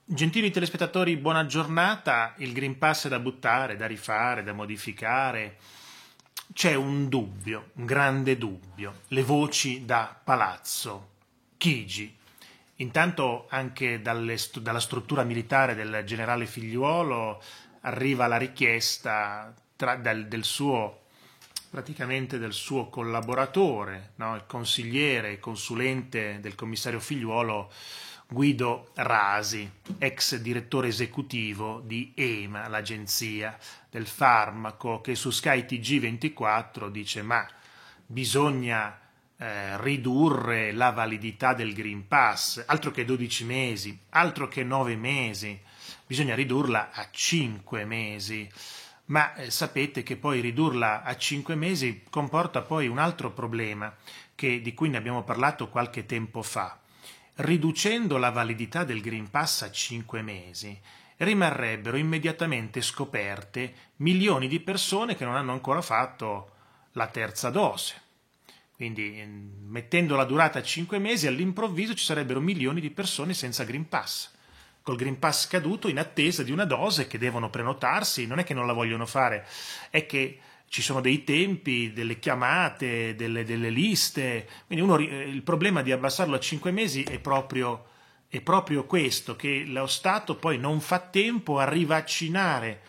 Gentili telespettatori, buona giornata. Il Green Pass è da buttare, da rifare, da modificare. C'è un dubbio, un grande dubbio. Le voci da palazzo. Chigi. Intanto anche dalla struttura militare del generale Figliuolo arriva la richiesta praticamente del suo collaboratore, no? Il consigliere e consulente del commissario Figliuolo, Guido Rasi, ex direttore esecutivo di EMA, l'agenzia del farmaco, che su Sky TG24 dice: ma bisogna ridurre la validità del Green Pass, altro che 12 mesi, altro che 9 mesi, bisogna ridurla a 5 mesi. Ma sapete che poi ridurla a 5 mesi comporta poi un altro problema di cui ne abbiamo parlato qualche tempo fa. Riducendo la validità del Green Pass a 5 mesi, rimarrebbero immediatamente scoperte milioni di persone che non hanno ancora fatto la terza dose. Quindi, mettendo la durata a 5 mesi, all'improvviso ci sarebbero milioni di persone senza Green Pass, col Green Pass scaduto, in attesa di una dose, che devono prenotarsi. Non è che non la vogliono fare, è che ci sono dei tempi, delle chiamate, delle liste. Quindi il problema di abbassarlo a 5 mesi è proprio questo, che lo Stato poi non fa tempo a rivaccinare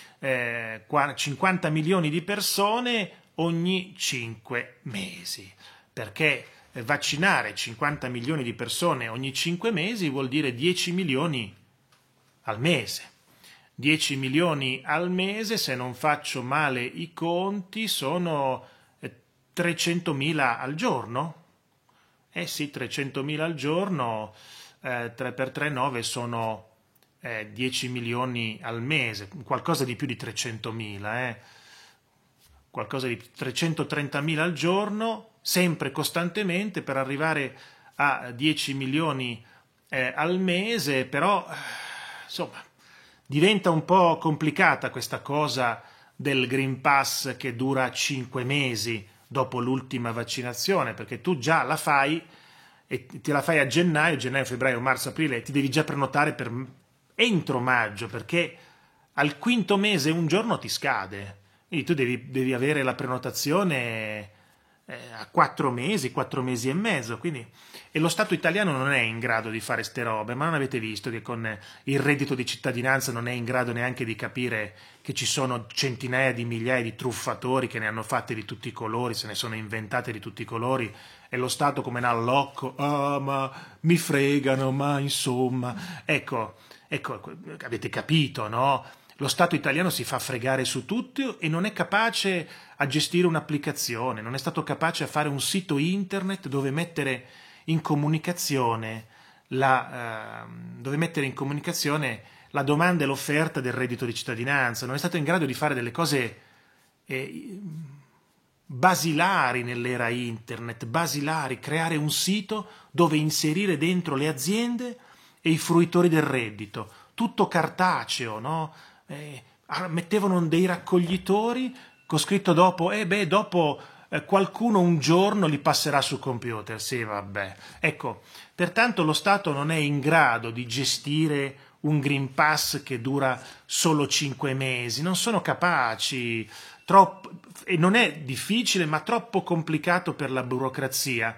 50 milioni di persone ogni 5 mesi, perché vaccinare 50 milioni di persone ogni 5 mesi vuol dire 10 milioni al mese. 10 milioni al mese, se non faccio male i conti, sono 300.000 al giorno. Eh sì, 300.000 al giorno, 3 per 3, 9, sono 10 milioni al mese, qualcosa di più di 300.000, qualcosa di 330.000 al giorno, sempre costantemente, per arrivare a 10 milioni al mese. Però insomma diventa un po' complicata questa cosa del Green Pass che dura 5 mesi dopo l'ultima vaccinazione, perché tu già la fai e te la fai a gennaio, febbraio, marzo, aprile, e ti devi già prenotare per entro maggio, perché al quinto mese un giorno ti scade. Quindi tu devi avere la prenotazione a 4 mesi e mezzo. E lo Stato italiano non è in grado di fare ste robe. Ma non avete visto che con il reddito di cittadinanza non è in grado neanche di capire che ci sono centinaia di migliaia di truffatori che ne hanno fatte di tutti i colori, se ne sono inventate di tutti i colori, e lo Stato come un allocco: ah, ma mi fregano, ma insomma. Ecco, avete capito, no? Lo Stato italiano si fa fregare su tutto e non è capace a gestire un'applicazione, non è stato capace a fare un sito internet dove mettere in comunicazione la domanda e l'offerta del reddito di cittadinanza. Non è stato in grado di fare delle cose basilari nell'era internet, basilari, creare un sito dove inserire dentro le aziende e i fruitori del reddito, tutto cartaceo, no? Mettevano dei raccoglitori con scritto dopo, qualcuno un giorno li passerà sul computer. Sì, vabbè. Ecco, pertanto lo Stato non è in grado di gestire un Green Pass che dura solo 5 mesi, non sono capaci, e non è difficile, ma troppo complicato per la burocrazia,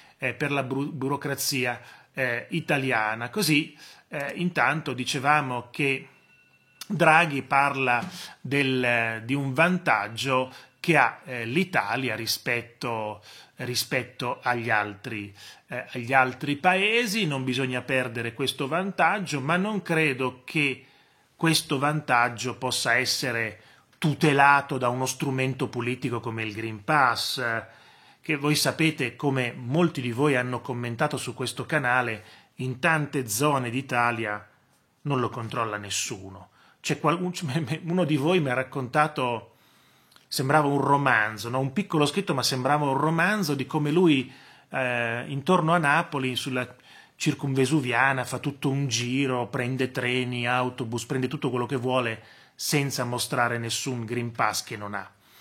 italiana. Così, intanto dicevamo che Draghi parla di un vantaggio che ha l'Italia rispetto agli altri paesi. Non bisogna perdere questo vantaggio, ma non credo che questo vantaggio possa essere tutelato da uno strumento politico come il Green Pass, che voi sapete, come molti di voi hanno commentato su questo canale, in tante zone d'Italia non lo controlla nessuno. Uno di voi mi ha raccontato, sembrava un romanzo, no? Un piccolo scritto, ma sembrava un romanzo di come lui intorno a Napoli, sulla circumvesuviana, fa tutto un giro, prende treni, autobus, prende tutto quello che vuole senza mostrare nessun Green Pass che non ha.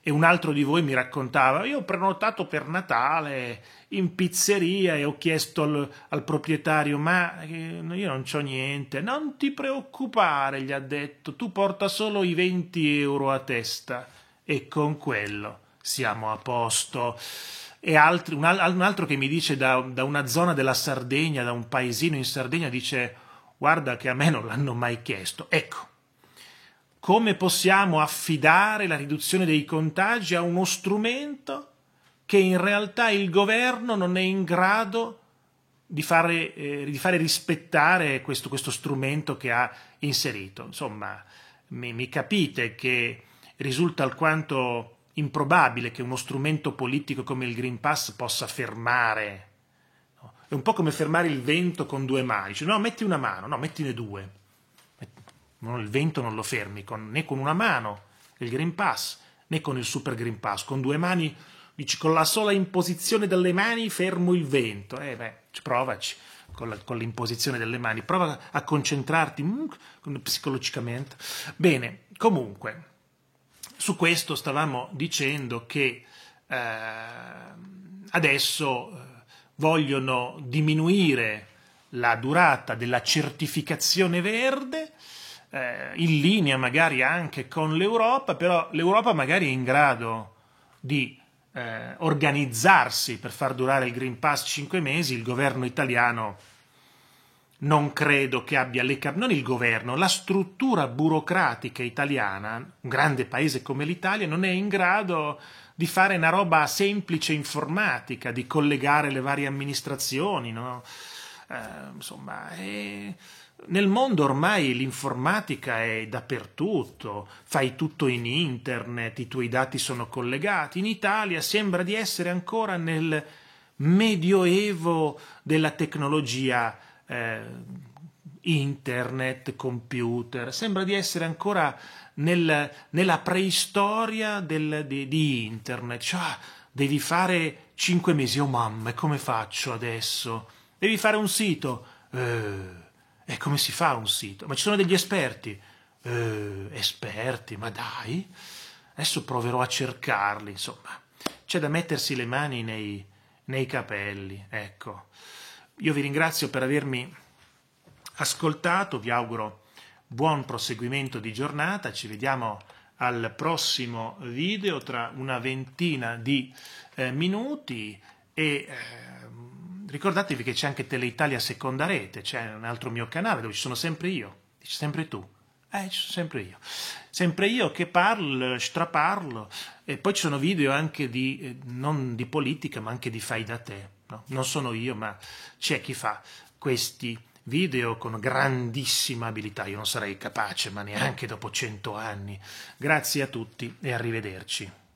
E un altro di voi mi raccontava: io ho prenotato per Natale in pizzeria e ho chiesto al proprietario, ma io non c'ho niente. Non ti preoccupare, gli ha detto, tu porta solo i 20 euro a testa e con quello siamo a posto. E un altro che mi dice da una zona della Sardegna, da un paesino in Sardegna, dice: guarda che a me non l'hanno mai chiesto. Ecco, come possiamo affidare la riduzione dei contagi a uno strumento che in realtà il governo non è in grado di fare rispettare questo strumento che ha inserito? Insomma, mi capite che risulta alquanto improbabile che uno strumento politico come il Green Pass possa fermare. No? È un po' come fermare il vento con due mani. Cioè, no, metti una mano, no, mettine due. Il vento non lo fermi né con una mano, il Green Pass, né con il Super Green Pass. Con due mani, dici, con la sola imposizione delle mani fermo il vento. Provaci con l'imposizione delle mani. Prova a concentrarti psicologicamente. Bene, comunque, su questo stavamo dicendo che adesso vogliono diminuire la durata della certificazione verde, in linea magari anche con l'Europa, però l'Europa magari è in grado di organizzarsi per far durare il Green Pass 5 mesi, il governo italiano non credo che abbia non il governo, la struttura burocratica italiana, un grande paese come l'Italia, non è in grado di fare una roba semplice informatica, di collegare le varie amministrazioni, no? Insomma, nel mondo ormai l'informatica è dappertutto, fai tutto in internet, i tuoi dati sono collegati. In Italia sembra di essere ancora nel medioevo della tecnologia, internet, computer, sembra di essere ancora nella preistoria di internet. Cioè, devi fare 5 mesi, oh mamma, e come faccio adesso? Devi fare un sito, e come si fa un sito? Ma ci sono degli esperti, esperti, ma dai, adesso proverò a cercarli, insomma, c'è da mettersi le mani nei capelli, ecco. Io vi ringrazio per avermi ascoltato, vi auguro buon proseguimento di giornata, ci vediamo al prossimo video tra una ventina di minuti e ricordatevi che c'è anche Teleitalia Seconda Rete, c'è un altro mio canale dove ci sono sempre io, dici sempre tu. Ci sono sempre io che parlo, straparlo, e poi ci sono video anche non di politica ma anche di fai da te, no? Non sono io, ma c'è chi fa questi video con grandissima abilità, io non sarei capace, ma neanche dopo 100 anni. Grazie a tutti e arrivederci.